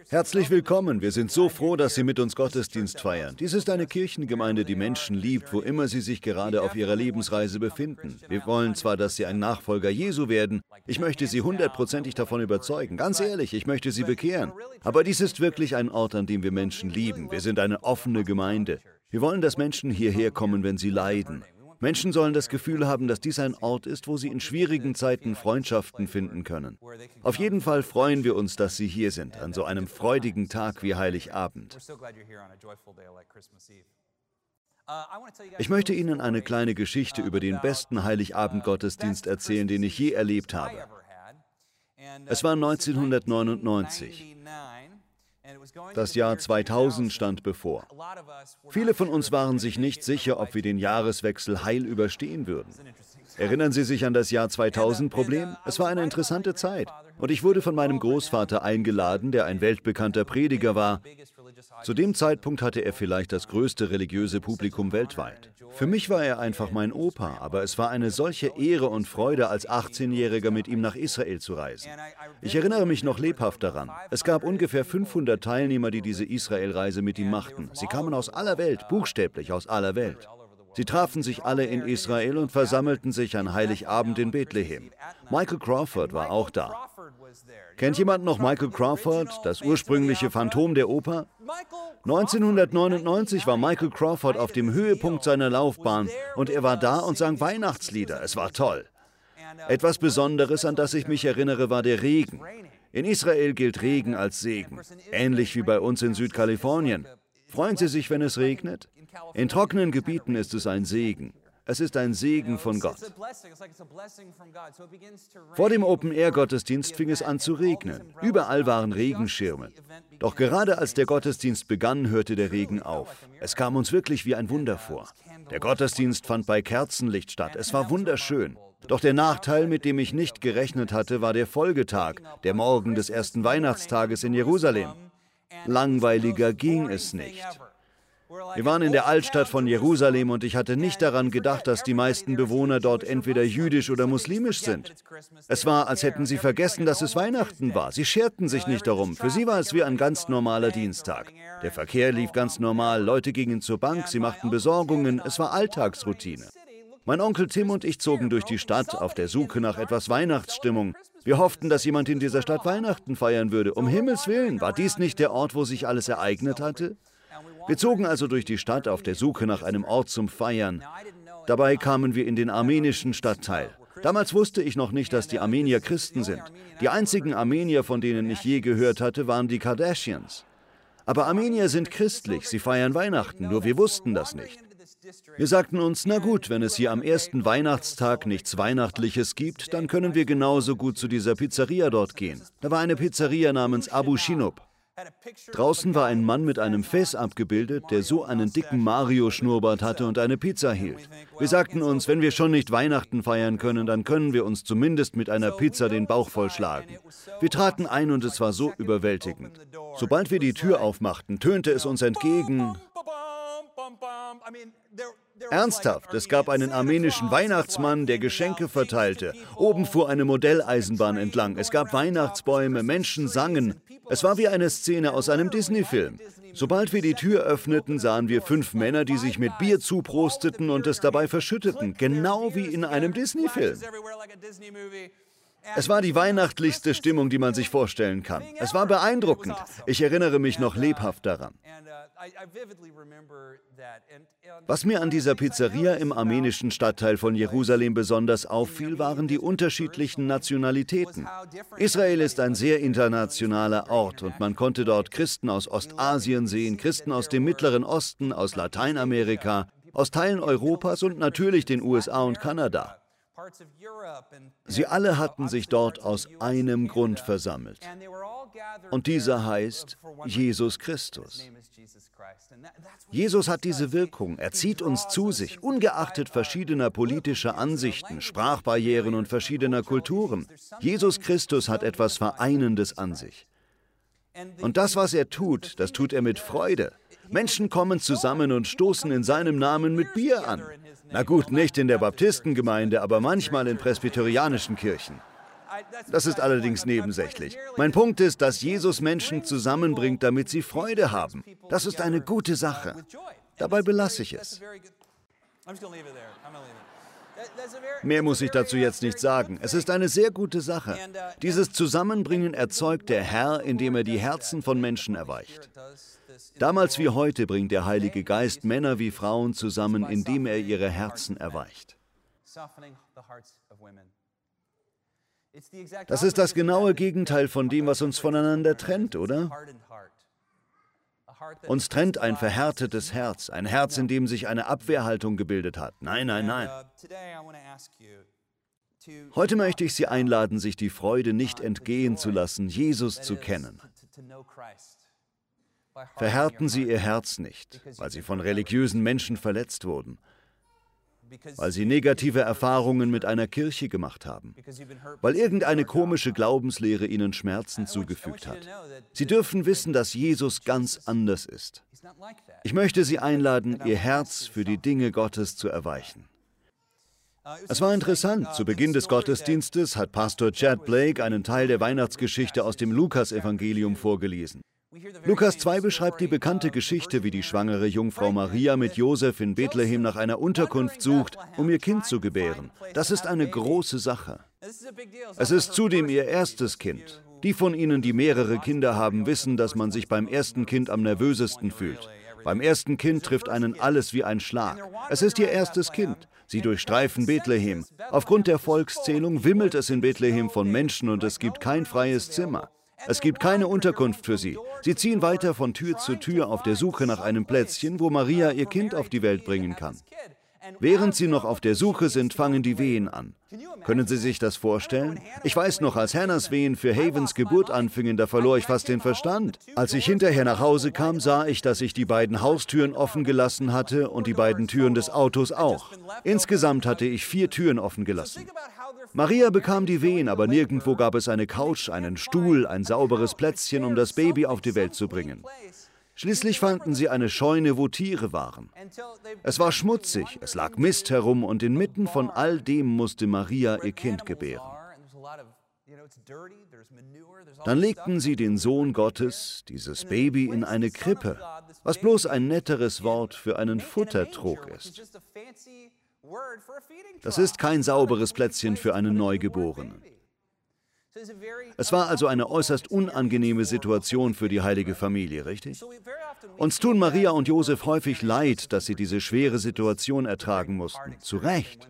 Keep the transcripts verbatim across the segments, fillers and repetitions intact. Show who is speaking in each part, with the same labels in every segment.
Speaker 1: Herzlich willkommen. Wir sind so froh, dass Sie mit uns Gottesdienst feiern. Dies ist eine Kirchengemeinde, die Menschen liebt, wo immer sie sich gerade auf ihrer Lebensreise befinden. Wir wollen zwar, dass Sie ein Nachfolger Jesu werden. Ich möchte Sie hundertprozentig davon überzeugen. Ganz ehrlich, ich möchte Sie bekehren. Aber dies ist wirklich ein Ort, an dem wir Menschen lieben. Wir sind eine offene Gemeinde. Wir wollen, dass Menschen hierher kommen, wenn sie leiden. Menschen sollen das Gefühl haben, dass dies ein Ort ist, wo sie in schwierigen Zeiten Freundschaften finden können. Auf jeden Fall freuen wir uns, dass Sie hier sind, an so einem freudigen Tag wie Heiligabend. Ich möchte Ihnen eine kleine Geschichte über den besten Heiligabend-Gottesdienst erzählen, den ich je erlebt habe. Es war neunzehnhundertneunundneunzig. Das Jahr zweitausend stand bevor. Viele von uns waren sich nicht sicher, ob wir den Jahreswechsel heil überstehen würden. Erinnern Sie sich an das Jahr zweitausend-Problem? Es war eine interessante Zeit. Und ich wurde von meinem Großvater eingeladen, der ein weltbekannter Prediger war. Zu dem Zeitpunkt hatte er vielleicht das größte religiöse Publikum weltweit. Für mich war er einfach mein Opa, aber es war eine solche Ehre und Freude, als achtzehnjähriger mit ihm nach Israel zu reisen. Ich erinnere mich noch lebhaft daran. Es gab ungefähr fünfhundert Teilnehmer, die diese Israelreise mit ihm machten. Sie kamen aus aller Welt, buchstäblich aus aller Welt. Sie trafen sich alle in Israel und versammelten sich an Heiligabend in Bethlehem. Michael Crawford war auch da. Kennt jemand noch Michael Crawford, das ursprüngliche Phantom der Oper? neunzehnhundertneunundneunzig war Michael Crawford auf dem Höhepunkt seiner Laufbahn und er war da und sang Weihnachtslieder. Es war toll. Etwas Besonderes, an das ich mich erinnere, war der Regen. In Israel gilt Regen als Segen, ähnlich wie bei uns in Südkalifornien. Freuen Sie sich, wenn es regnet? In trockenen Gebieten ist es ein Segen. Es ist ein Segen von Gott. Vor dem Open-Air-Gottesdienst fing es an zu regnen. Überall waren Regenschirme. Doch gerade als der Gottesdienst begann, hörte der Regen auf. Es kam uns wirklich wie ein Wunder vor. Der Gottesdienst fand bei Kerzenlicht statt. Es war wunderschön. Doch der Nachteil, mit dem ich nicht gerechnet hatte, war der Folgetag, der Morgen des ersten Weihnachtstages in Jerusalem. Langweiliger ging es nicht. Wir waren in der Altstadt von Jerusalem und ich hatte nicht daran gedacht, dass die meisten Bewohner dort entweder jüdisch oder muslimisch sind. Es war, als hätten sie vergessen, dass es Weihnachten war. Sie scherten sich nicht darum. Für sie war es wie ein ganz normaler Dienstag. Der Verkehr lief ganz normal, Leute gingen zur Bank, sie machten Besorgungen, es war Alltagsroutine. Mein Onkel Tim und ich zogen durch die Stadt auf der Suche nach etwas Weihnachtsstimmung. Wir hofften, dass jemand in dieser Stadt Weihnachten feiern würde. Um Himmels Willen, war dies nicht der Ort, wo sich alles ereignet hatte? Wir zogen also durch die Stadt auf der Suche nach einem Ort zum Feiern. Dabei kamen wir in den armenischen Stadtteil. Damals wusste ich noch nicht, dass die Armenier Christen sind. Die einzigen Armenier, von denen ich je gehört hatte, waren die Kardashians. Aber Armenier sind christlich, sie feiern Weihnachten, nur wir wussten das nicht. Wir sagten uns, na gut, wenn es hier am ersten Weihnachtstag nichts Weihnachtliches gibt, dann können wir genauso gut zu dieser Pizzeria dort gehen. Da war eine Pizzeria namens Abu Shinub. Draußen war ein Mann mit einem Fes abgebildet, der so einen dicken Mario-Schnurrbart hatte und eine Pizza hielt. Wir sagten uns, wenn wir schon nicht Weihnachten feiern können, dann können wir uns zumindest mit einer Pizza den Bauch vollschlagen. Wir traten ein und es war so überwältigend. Sobald wir die Tür aufmachten, tönte es uns entgegen. Ernsthaft, es gab einen armenischen Weihnachtsmann, der Geschenke verteilte. Oben fuhr eine Modelleisenbahn entlang. Es gab Weihnachtsbäume, Menschen sangen. Es war wie eine Szene aus einem Disney-Film. Sobald wir die Tür öffneten, sahen wir fünf Männer, die sich mit Bier zuprosteten und es dabei verschütteten. Genau wie in einem Disney-Film. Es war die weihnachtlichste Stimmung, die man sich vorstellen kann. Es war beeindruckend. Ich erinnere mich noch lebhaft daran. Was mir an dieser Pizzeria im armenischen Stadtteil von Jerusalem besonders auffiel, waren die unterschiedlichen Nationalitäten. Israel ist ein sehr internationaler Ort und man konnte dort Christen aus Ostasien sehen, Christen aus dem Mittleren Osten, aus Lateinamerika, aus Teilen Europas und natürlich den U S A und Kanada. Sie alle hatten sich dort aus einem Grund versammelt. Und dieser heißt Jesus Christus. Jesus hat diese Wirkung, er zieht uns zu sich, ungeachtet verschiedener politischer Ansichten, Sprachbarrieren und verschiedener Kulturen. Jesus Christus hat etwas Vereinendes an sich. Und das, was er tut, das tut er mit Freude. Menschen kommen zusammen und stoßen in seinem Namen mit Bier an. Na gut, nicht in der Baptistengemeinde, aber manchmal in presbyterianischen Kirchen. Das ist allerdings nebensächlich. Mein Punkt ist, dass Jesus Menschen zusammenbringt, damit sie Freude haben. Das ist eine gute Sache. Dabei belasse ich es. Mehr muss ich dazu jetzt nicht sagen. Es ist eine sehr gute Sache. Dieses Zusammenbringen erzeugt der Herr, indem er die Herzen von Menschen erweicht. Damals wie heute bringt der Heilige Geist Männer wie Frauen zusammen, indem er ihre Herzen erweicht. Das ist das genaue Gegenteil von dem, was uns voneinander trennt, oder? Uns trennt ein verhärtetes Herz, ein Herz, in dem sich eine Abwehrhaltung gebildet hat. Nein, nein, nein. Heute möchte ich Sie einladen, sich die Freude nicht entgehen zu lassen, Jesus zu kennen. Verhärten Sie Ihr Herz nicht, weil Sie von religiösen Menschen verletzt wurden, weil Sie negative Erfahrungen mit einer Kirche gemacht haben, weil irgendeine komische Glaubenslehre Ihnen Schmerzen zugefügt hat. Sie dürfen wissen, dass Jesus ganz anders ist. Ich möchte Sie einladen, Ihr Herz für die Dinge Gottes zu erweichen. Es war interessant, zu Beginn des Gottesdienstes hat Pastor Chad Blake einen Teil der Weihnachtsgeschichte aus dem Lukas-Evangelium vorgelesen. Lukas zwei beschreibt die bekannte Geschichte, wie die schwangere Jungfrau Maria mit Josef in Bethlehem nach einer Unterkunft sucht, um ihr Kind zu gebären. Das ist eine große Sache. Es ist zudem ihr erstes Kind. Die von Ihnen, die mehrere Kinder haben, wissen, dass man sich beim ersten Kind am nervösesten fühlt. Beim ersten Kind trifft einen alles wie ein Schlag. Es ist ihr erstes Kind. Sie durchstreifen Bethlehem. Aufgrund der Volkszählung wimmelt es in Bethlehem von Menschen und es gibt kein freies Zimmer. Es gibt keine Unterkunft für sie. Sie ziehen weiter von Tür zu Tür auf der Suche nach einem Plätzchen, wo Maria ihr Kind auf die Welt bringen kann. Während sie noch auf der Suche sind, fangen die Wehen an. Können Sie sich das vorstellen? Ich weiß noch, als Hannahs Wehen für Havens Geburt anfingen, da verlor ich fast den Verstand. Als ich hinterher nach Hause kam, sah ich, dass ich die beiden Haustüren offen gelassen hatte und die beiden Türen des Autos auch. Insgesamt hatte ich vier Türen offen gelassen. Maria bekam die Wehen, aber nirgendwo gab es eine Couch, einen Stuhl, ein sauberes Plätzchen, um das Baby auf die Welt zu bringen. Schließlich fanden sie eine Scheune, wo Tiere waren. Es war schmutzig, es lag Mist herum und inmitten von all dem musste Maria ihr Kind gebären. Dann legten sie den Sohn Gottes, dieses Baby, in eine Krippe, was bloß ein netteres Wort für einen Futtertrog ist. Das ist kein sauberes Plätzchen für einen Neugeborenen. Es war also eine äußerst unangenehme Situation für die heilige Familie, richtig? Uns tun Maria und Josef häufig leid, dass sie diese schwere Situation ertragen mussten. Zu Recht.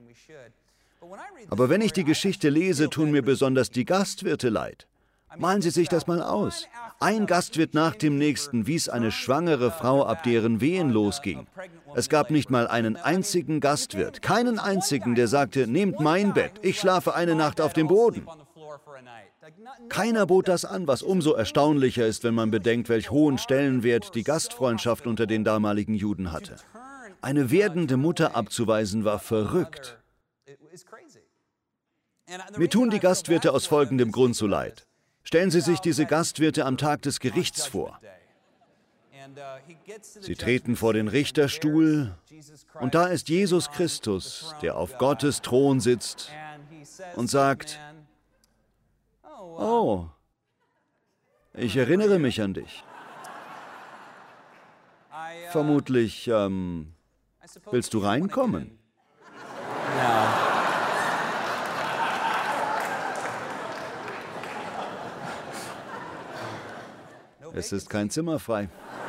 Speaker 1: Aber wenn ich die Geschichte lese, tun mir besonders die Gastwirte leid. Malen Sie sich das mal aus. Ein Gastwirt nach dem nächsten wies eine schwangere Frau ab, deren Wehen losging. Es gab nicht mal einen einzigen Gastwirt, keinen einzigen, der sagte, nehmt mein Bett, ich schlafe eine Nacht auf dem Boden. Keiner bot das an, was umso erstaunlicher ist, wenn man bedenkt, welch hohen Stellenwert die Gastfreundschaft unter den damaligen Juden hatte. Eine werdende Mutter abzuweisen war verrückt. Mir tun die Gastwirte aus folgendem Grund so leid. Stellen Sie sich diese Gastwirte am Tag des Gerichts vor. Sie treten vor den Richterstuhl und da ist Jesus Christus, der auf Gottes Thron sitzt und sagt, oh, ich erinnere mich an dich. Vermutlich, ähm, willst du reinkommen?
Speaker 2: Ja.
Speaker 1: Es ist kein Zimmer frei.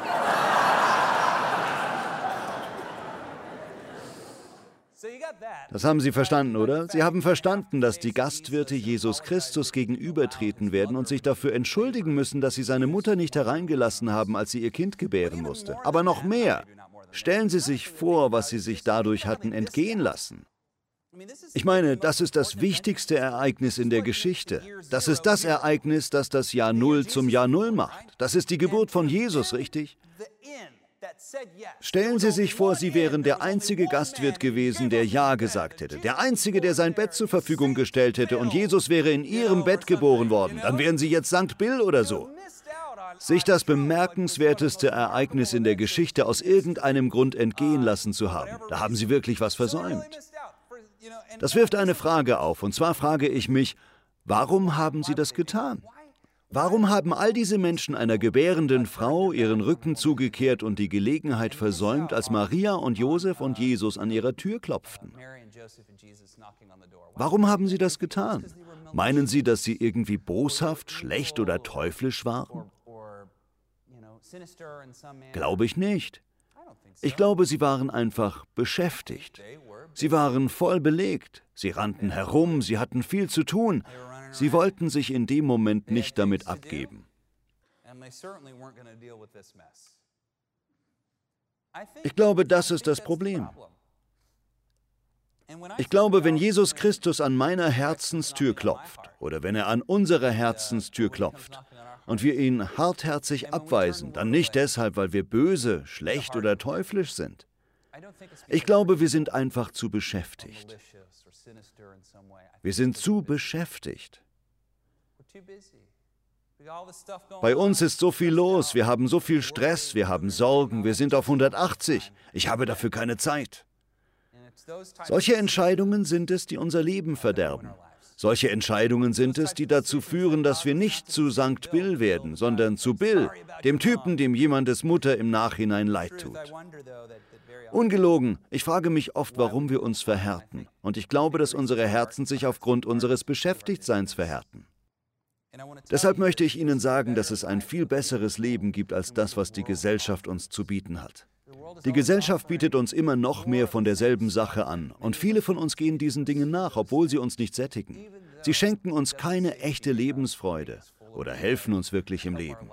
Speaker 1: Das haben Sie verstanden, oder? Sie haben verstanden, dass die Gastwirte Jesus Christus gegenübertreten werden und sich dafür entschuldigen müssen, dass sie seine Mutter nicht hereingelassen haben, als sie ihr Kind gebären musste. Aber noch mehr. Stellen Sie sich vor, was sie sich dadurch hatten entgehen lassen. Ich meine, das ist das wichtigste Ereignis in der Geschichte. Das ist das Ereignis, das das Jahr Null zum Jahr Null macht. Das ist die Geburt von Jesus, richtig? Stellen Sie sich vor, Sie wären der einzige Gastwirt gewesen, der Ja gesagt hätte. Der einzige, der sein Bett zur Verfügung gestellt hätte und Jesus wäre in Ihrem Bett geboren worden. Dann wären Sie jetzt Sankt Bill oder so. Sich das bemerkenswerteste Ereignis in der Geschichte aus irgendeinem Grund entgehen lassen zu haben. Da haben Sie wirklich was versäumt. Das wirft eine Frage auf, und zwar frage ich mich, Warum haben sie das getan? Warum haben all diese Menschen einer gebärenden Frau ihren Rücken zugekehrt und die Gelegenheit versäumt, als Maria und Josef und Jesus an ihrer Tür klopften? Warum haben sie das getan? Meinen Sie, dass sie irgendwie boshaft, schlecht oder teuflisch waren? Glaube ich nicht. Ich glaube, sie waren einfach beschäftigt. Sie waren voll belegt. Sie rannten herum, sie hatten viel zu tun. Sie wollten sich in dem Moment nicht damit abgeben. Ich glaube, das ist das Problem. Ich glaube, wenn Jesus Christus an meiner Herzenstür klopft oder wenn er an unserer Herzenstür klopft und wir ihn hartherzig abweisen, dann nicht deshalb, weil wir böse, schlecht oder teuflisch sind. Ich glaube, wir sind einfach zu beschäftigt. Wir sind zu beschäftigt. Bei uns ist so viel los, wir haben so viel Stress, wir haben Sorgen, wir sind auf hundertachtzig. Ich habe dafür keine Zeit. Solche Entscheidungen sind es, die unser Leben verderben. Solche Entscheidungen sind es, die dazu führen, dass wir nicht zu Sankt Bill werden, sondern zu Bill, dem Typen, dem jemandes Mutter im Nachhinein leid tut. Ungelogen, ich frage mich oft, warum wir uns verhärten. Und ich glaube, dass unsere Herzen sich aufgrund unseres Beschäftigtseins verhärten. Deshalb möchte ich Ihnen sagen, dass es ein viel besseres Leben gibt als das, was die Gesellschaft uns zu bieten hat. Die Gesellschaft bietet uns immer noch mehr von derselben Sache an und viele von uns gehen diesen Dingen nach, obwohl sie uns nicht sättigen. Sie schenken uns keine echte Lebensfreude oder helfen uns wirklich im Leben.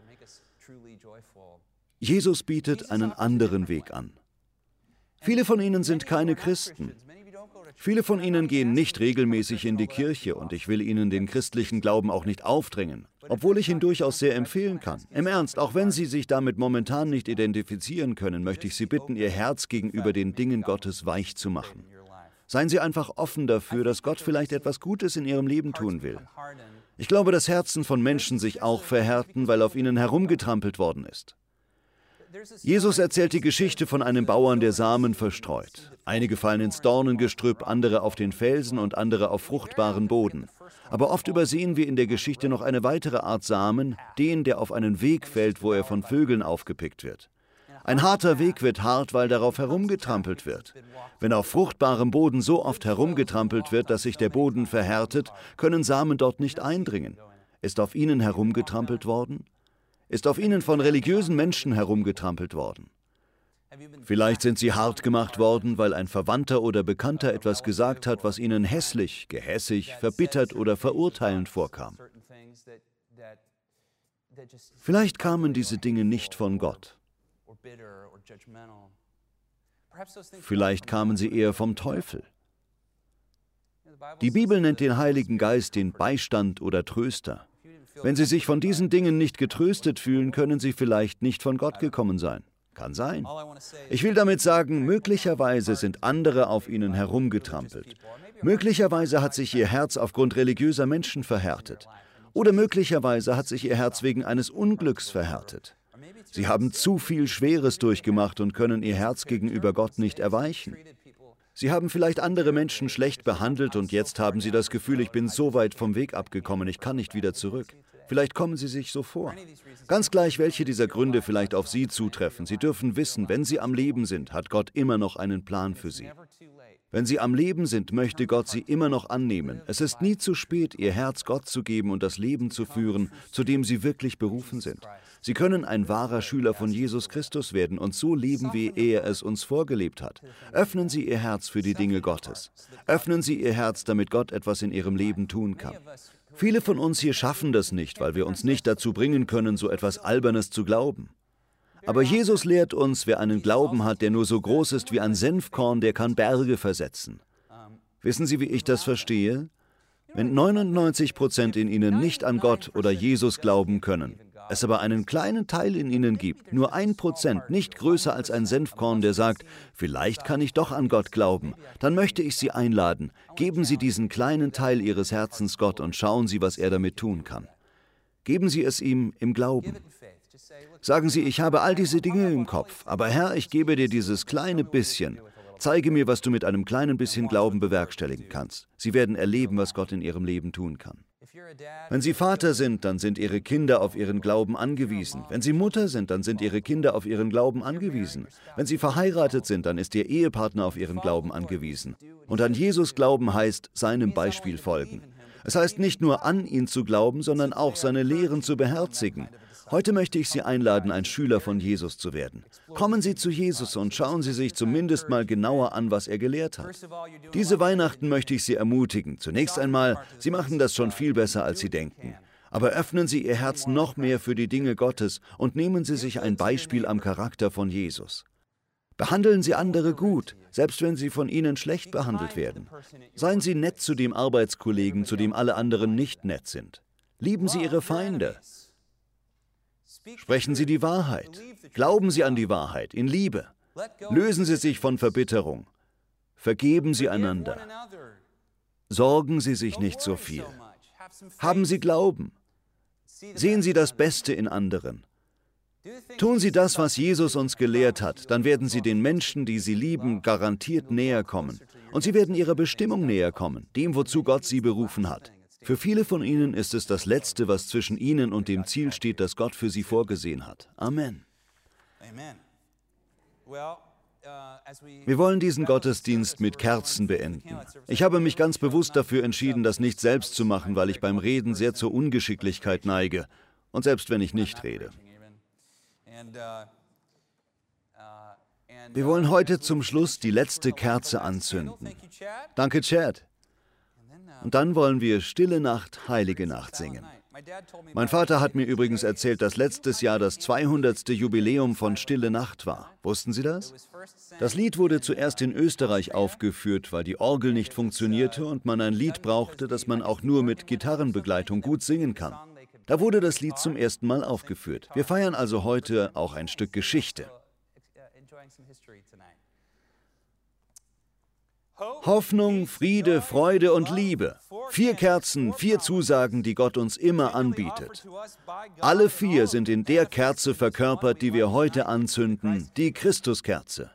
Speaker 1: Jesus bietet einen anderen Weg an. Viele von Ihnen sind keine Christen. Viele von Ihnen gehen nicht regelmäßig in die Kirche und ich will Ihnen den christlichen Glauben auch nicht aufdrängen, obwohl ich ihn durchaus sehr empfehlen kann. Im Ernst, auch wenn Sie sich damit momentan nicht identifizieren können, möchte ich Sie bitten, Ihr Herz gegenüber den Dingen Gottes weich zu machen. Seien Sie einfach offen dafür, dass Gott vielleicht etwas Gutes in Ihrem Leben tun will. Ich glaube, dass Herzen von Menschen sich auch verhärten, weil auf ihnen herumgetrampelt worden ist. Jesus erzählt die Geschichte von einem Bauern, der Samen verstreut. Einige fallen ins Dornengestrüpp, andere auf den Felsen und andere auf fruchtbaren Boden. Aber oft übersehen wir in der Geschichte noch eine weitere Art Samen, den, der auf einen Weg fällt, wo er von Vögeln aufgepickt wird. Ein harter Weg wird hart, weil darauf herumgetrampelt wird. Wenn auf fruchtbarem Boden so oft herumgetrampelt wird, dass sich der Boden verhärtet, können Samen dort nicht eindringen. Ist auf ihnen herumgetrampelt worden? Ist auf ihnen von religiösen Menschen herumgetrampelt worden. Vielleicht sind sie hart gemacht worden, weil ein Verwandter oder Bekannter etwas gesagt hat, was ihnen hässlich, gehässig, verbittert oder verurteilend vorkam. Vielleicht kamen diese Dinge nicht von Gott. Vielleicht kamen sie eher vom Teufel. Die Bibel nennt den Heiligen Geist den Beistand oder Tröster. Wenn Sie sich von diesen Dingen nicht getröstet fühlen, können Sie vielleicht nicht von Gott gekommen sein. Kann sein. Ich will damit sagen, möglicherweise sind andere auf Ihnen herumgetrampelt. Möglicherweise hat sich Ihr Herz aufgrund religiöser Menschen verhärtet. Oder möglicherweise hat sich Ihr Herz wegen eines Unglücks verhärtet. Sie haben zu viel Schweres durchgemacht und können Ihr Herz gegenüber Gott nicht erweichen. Sie haben vielleicht andere Menschen schlecht behandelt und jetzt haben Sie das Gefühl, ich bin so weit vom Weg abgekommen, ich kann nicht wieder zurück. Vielleicht kommen Sie sich so vor. Ganz gleich, welche dieser Gründe vielleicht auf Sie zutreffen. Sie dürfen wissen, wenn Sie am Leben sind, hat Gott immer noch einen Plan für Sie. Wenn Sie am Leben sind, möchte Gott Sie immer noch annehmen. Es ist nie zu spät, Ihr Herz Gott zu geben und das Leben zu führen, zu dem Sie wirklich berufen sind. Sie können ein wahrer Schüler von Jesus Christus werden und so leben, wie er es uns vorgelebt hat. Öffnen Sie Ihr Herz für die Dinge Gottes. Öffnen Sie Ihr Herz, damit Gott etwas in Ihrem Leben tun kann. Viele von uns hier schaffen das nicht, weil wir uns nicht dazu bringen können, so etwas Albernes zu glauben. Aber Jesus lehrt uns, wer einen Glauben hat, der nur so groß ist wie ein Senfkorn, der kann Berge versetzen. Wissen Sie, wie ich das verstehe? Wenn neunundneunzig Prozent in Ihnen nicht an Gott oder Jesus glauben können, es aber einen kleinen Teil in Ihnen gibt, nur ein Prozent, nicht größer als ein Senfkorn, der sagt, vielleicht kann ich doch an Gott glauben, dann möchte ich Sie einladen, geben Sie diesen kleinen Teil Ihres Herzens Gott und schauen Sie, was er damit tun kann. Geben Sie es ihm im Glauben. Sagen Sie, ich habe all diese Dinge im Kopf, aber Herr, ich gebe dir dieses kleine bisschen. Zeige mir, was du mit einem kleinen bisschen Glauben bewerkstelligen kannst. Sie werden erleben, was Gott in ihrem Leben tun kann. Wenn Sie Vater sind, dann sind Ihre Kinder auf Ihren Glauben angewiesen. Wenn Sie Mutter sind, dann sind Ihre Kinder auf Ihren Glauben angewiesen. Wenn Sie verheiratet sind, dann ist Ihr Ehepartner auf Ihren Glauben angewiesen. Und an Jesus glauben heißt, seinem Beispiel folgen. Es heißt nicht nur an ihn zu glauben, sondern auch seine Lehren zu beherzigen. Heute möchte ich Sie einladen, ein Schüler von Jesus zu werden. Kommen Sie zu Jesus und schauen Sie sich zumindest mal genauer an, was er gelehrt hat. Diese Weihnachten möchte ich Sie ermutigen. Zunächst einmal, Sie machen das schon viel besser, als Sie denken. Aber öffnen Sie Ihr Herz noch mehr für die Dinge Gottes und nehmen Sie sich ein Beispiel am Charakter von Jesus. Behandeln Sie andere gut, selbst wenn sie von Ihnen schlecht behandelt werden. Seien Sie nett zu dem Arbeitskollegen, zu dem alle anderen nicht nett sind. Lieben Sie Ihre Feinde. Sprechen Sie die Wahrheit. Glauben Sie an die Wahrheit in Liebe. Lösen Sie sich von Verbitterung. Vergeben Sie einander. Sorgen Sie sich nicht so viel. Haben Sie Glauben. Sehen Sie das Beste in anderen. Tun Sie das, was Jesus uns gelehrt hat, dann werden Sie den Menschen, die Sie lieben, garantiert näher kommen. Und Sie werden Ihrer Bestimmung näher kommen, dem, wozu Gott Sie berufen hat. Für viele von Ihnen ist es das Letzte, was zwischen Ihnen und dem Ziel steht, das Gott für Sie vorgesehen hat. Amen. Wir wollen diesen Gottesdienst mit Kerzen beenden. Ich habe mich ganz bewusst dafür entschieden, das nicht selbst zu machen, weil ich beim Reden sehr zur Ungeschicklichkeit neige. Und selbst wenn ich nicht rede. Wir wollen heute zum Schluss die letzte Kerze anzünden. Danke, Chad. Und dann wollen wir Stille Nacht, Heilige Nacht singen. Mein Vater hat mir übrigens erzählt, dass letztes Jahr das zweihundertste Jubiläum von Stille Nacht war. Wussten Sie das? Das Lied wurde zuerst in Österreich aufgeführt, weil die Orgel nicht funktionierte und man ein Lied brauchte, das man auch nur mit Gitarrenbegleitung gut singen kann. Da wurde das Lied zum ersten Mal aufgeführt. Wir feiern also heute auch ein Stück Geschichte. Hoffnung, Friede, Freude und Liebe. Vier Kerzen, vier Zusagen, die Gott uns immer anbietet. Alle vier sind in der Kerze verkörpert, die wir heute anzünden, die Christuskerze.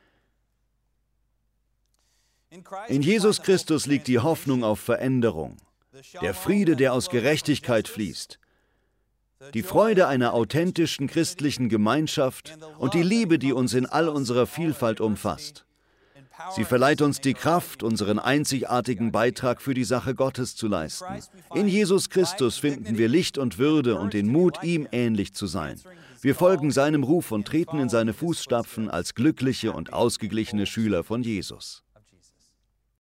Speaker 1: In Jesus Christus liegt die Hoffnung auf Veränderung, der Friede, der aus Gerechtigkeit fließt, die Freude einer authentischen christlichen Gemeinschaft und die Liebe, die uns in all unserer Vielfalt umfasst. Sie verleiht uns die Kraft, unseren einzigartigen Beitrag für die Sache Gottes zu leisten. In Jesus Christus finden wir Licht und Würde und den Mut, ihm ähnlich zu sein. Wir folgen seinem Ruf und treten in seine Fußstapfen als glückliche und ausgeglichene Schüler von Jesus.